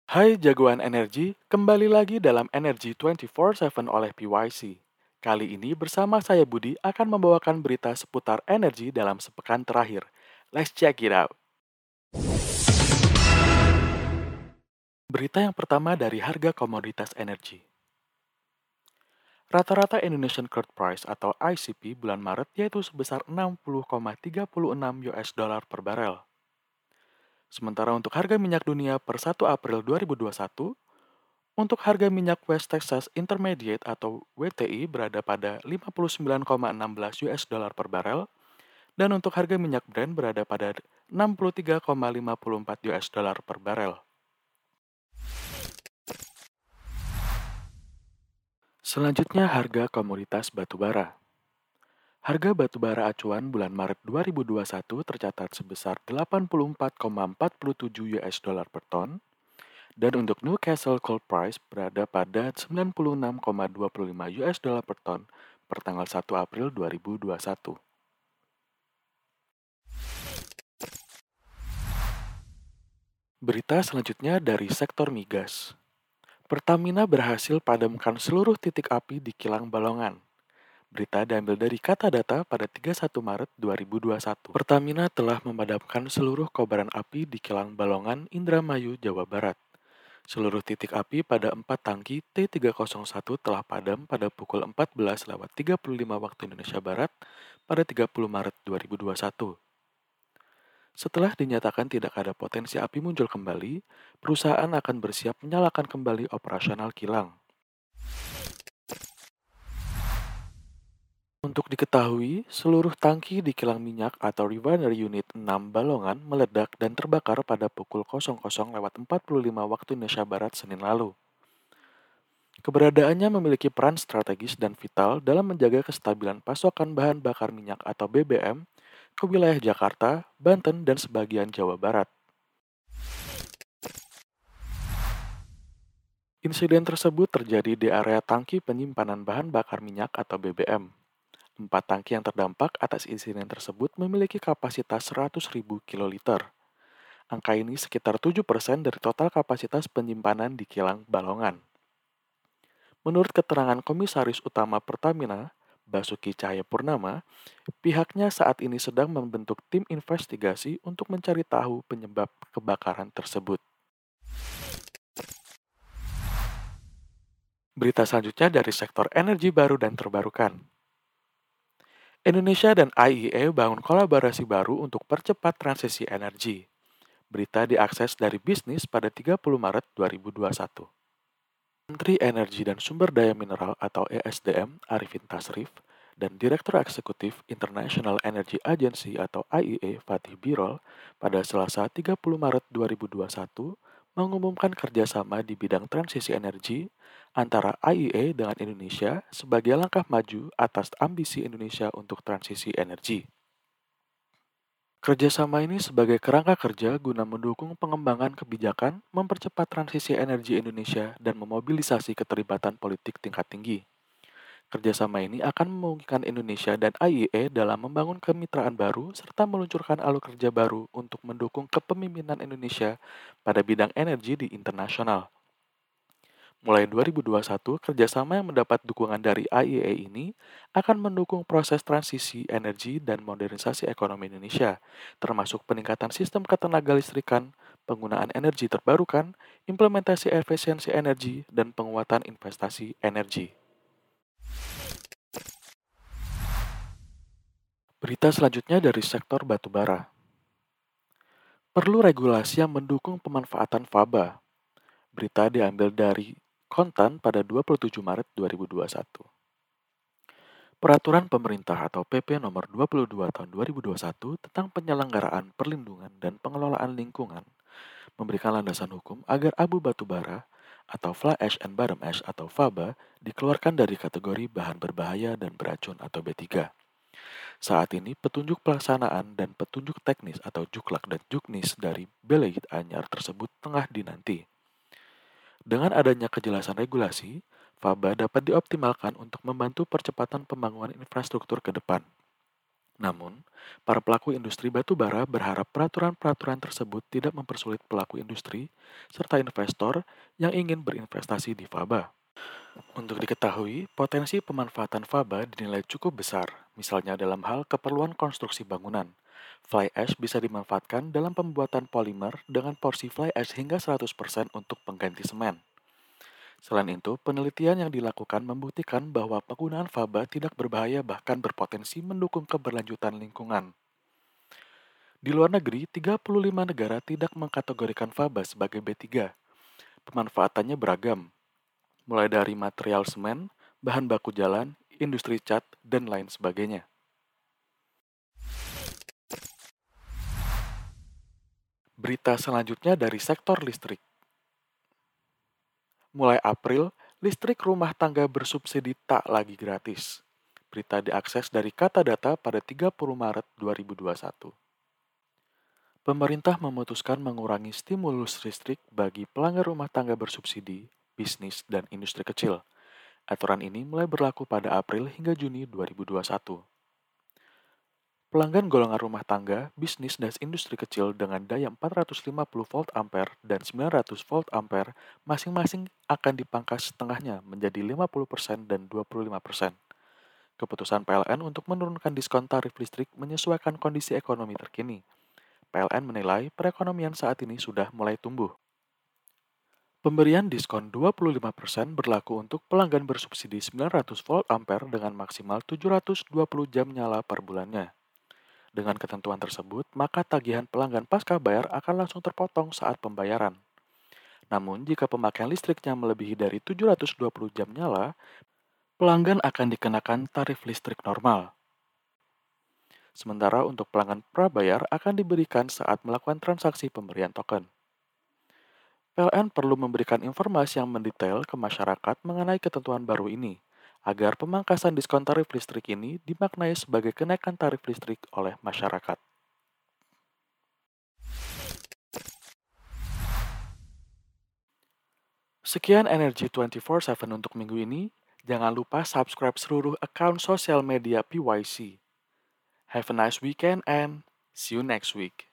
Hai jagoan energi, kembali lagi dalam Energy 24/7 oleh PYC. Kali ini bersama saya Budi akan membawakan berita seputar energi dalam sepekan terakhir. Let's check it out. Berita yang pertama dari harga komoditas energi. Rata-rata Indonesian Crude Price atau ICP bulan Maret yaitu sebesar 60,36 US dollar per barel. Sementara untuk harga minyak dunia per 1 April 2021, untuk harga minyak West Texas Intermediate atau WTI berada pada 59,16 US dollar per barel dan untuk harga minyak Brent berada pada 63,54 US dollar per barel. Selanjutnya harga komoditas batubara. Harga batubara acuan bulan Maret 2021 tercatat sebesar 84,47 US dollar per ton dan untuk Newcastle Coal Price berada pada 96,25 US dollar per ton per tanggal 1 April 2021. Berita selanjutnya dari sektor migas. Pertamina berhasil padamkan seluruh titik api di kilang Balongan. Berita diambil dari Kata Data pada 31 Maret 2021. Pertamina telah memadamkan seluruh kobaran api di kilang Balongan, Indramayu, Jawa Barat. Seluruh titik api pada 4 tangki T301 telah padam pada pukul 14.35 waktu Indonesia Barat pada 30 Maret 2021. Setelah dinyatakan tidak ada potensi api muncul kembali, perusahaan akan bersiap menyalakan kembali operasional kilang. Untuk diketahui, seluruh tangki di kilang minyak atau Refinery Unit 6 Balongan meledak dan terbakar pada pukul 00.45 waktu Indonesia Barat Senin lalu. Keberadaannya memiliki peran strategis dan vital dalam menjaga kestabilan pasokan bahan bakar minyak atau BBM ke wilayah Jakarta, Banten, dan sebagian Jawa Barat. Insiden tersebut terjadi di area tangki penyimpanan bahan bakar minyak atau BBM. 4 tangki yang terdampak atas insiden tersebut memiliki kapasitas 100.000 kiloliter. Angka ini sekitar 7% dari total kapasitas penyimpanan di kilang Balongan. Menurut keterangan Komisaris Utama Pertamina, Basuki Cahayapurnama, pihaknya saat ini sedang membentuk tim investigasi untuk mencari tahu penyebab kebakaran tersebut. Berita selanjutnya dari sektor energi baru dan terbarukan. Indonesia dan IEA bangun kolaborasi baru untuk percepat transisi energi. Berita diakses dari bisnis pada 30 Maret 2021. Menteri Energi dan Sumber Daya Mineral atau ESDM Arifin Tasrif dan Direktur Eksekutif International Energy Agency atau IEA Fatih Birol pada Selasa 30 Maret 2021 mengumumkan kerjasama di bidang transisi energi antara IEA dengan Indonesia sebagai langkah maju atas ambisi Indonesia untuk transisi energi. Kerjasama ini sebagai kerangka kerja guna mendukung pengembangan kebijakan, mempercepat transisi energi Indonesia, dan memobilisasi keterlibatan politik tingkat tinggi. Kerjasama ini akan memungkinkan Indonesia dan IEA dalam membangun kemitraan baru serta meluncurkan alur kerja baru untuk mendukung kepemimpinan Indonesia pada bidang energi di internasional. Mulai 2021, kerjasama yang mendapat dukungan dari IEA ini akan mendukung proses transisi energi dan modernisasi ekonomi Indonesia, termasuk peningkatan sistem ketenagalistrikan, penggunaan energi terbarukan, implementasi efisiensi energi, dan penguatan investasi energi. Berita selanjutnya dari sektor batubara. Perlu regulasi yang mendukung pemanfaatan faba. Berita diambil dari Kontan pada 27 Maret 2021. Peraturan Pemerintah atau PP Nomor 22 Tahun 2021 tentang penyelenggaraan perlindungan dan pengelolaan lingkungan memberikan landasan hukum agar abu batubara atau fly ash and bottom ash atau FABA dikeluarkan dari kategori bahan berbahaya dan beracun atau B3. Saat ini petunjuk pelaksanaan dan petunjuk teknis atau juklak dan juknis dari Beleid Anyar tersebut tengah dinanti. Dengan adanya kejelasan regulasi, FABA dapat dioptimalkan untuk membantu percepatan pembangunan infrastruktur ke depan. Namun, para pelaku industri batu bara berharap peraturan-peraturan tersebut tidak mempersulit pelaku industri serta investor yang ingin berinvestasi di faba. Untuk diketahui, potensi pemanfaatan faba dinilai cukup besar, misalnya dalam hal keperluan konstruksi bangunan. Fly ash bisa dimanfaatkan dalam pembuatan polimer dengan porsi fly ash hingga 100% untuk pengganti semen. Selain itu, penelitian yang dilakukan membuktikan bahwa penggunaan faba tidak berbahaya bahkan berpotensi mendukung keberlanjutan lingkungan. Di luar negeri, 35 negara tidak mengkategorikan faba sebagai B3. Pemanfaatannya beragam, mulai dari material semen, bahan baku jalan, industri cat, dan lain sebagainya. Berita selanjutnya dari sektor listrik. Mulai April, listrik rumah tangga bersubsidi tak lagi gratis. Berita diakses dari Kata Data pada 30 Maret 2021. Pemerintah memutuskan mengurangi stimulus listrik bagi pelanggan rumah tangga bersubsidi, bisnis, dan industri kecil. Aturan ini mulai berlaku pada April hingga Juni 2021. Pelanggan golongan rumah tangga, bisnis, dan industri kecil dengan daya 450 volt ampere dan 900 volt ampere masing-masing akan dipangkas setengahnya menjadi 50% dan 25%. Keputusan PLN untuk menurunkan diskon tarif listrik menyesuaikan kondisi ekonomi terkini. PLN menilai perekonomian saat ini sudah mulai tumbuh. Pemberian diskon 25% berlaku untuk pelanggan bersubsidi 900 volt ampere dengan maksimal 720 jam nyala per bulannya. Dengan ketentuan tersebut, maka tagihan pelanggan pasca bayar akan langsung terpotong saat pembayaran. Namun, jika pemakaian listriknya melebihi dari 720 jam nyala, pelanggan akan dikenakan tarif listrik normal. Sementara untuk pelanggan prabayar akan diberikan saat melakukan transaksi pemberian token. PLN perlu memberikan informasi yang mendetail ke masyarakat mengenai ketentuan baru ini, agar pemangkasan diskon tarif listrik ini dimaknai sebagai kenaikan tarif listrik oleh masyarakat. Sekian Energi 24/7 untuk minggu ini. Jangan lupa subscribe seluruh akun sosial media PYC. Have a nice weekend and see you next week.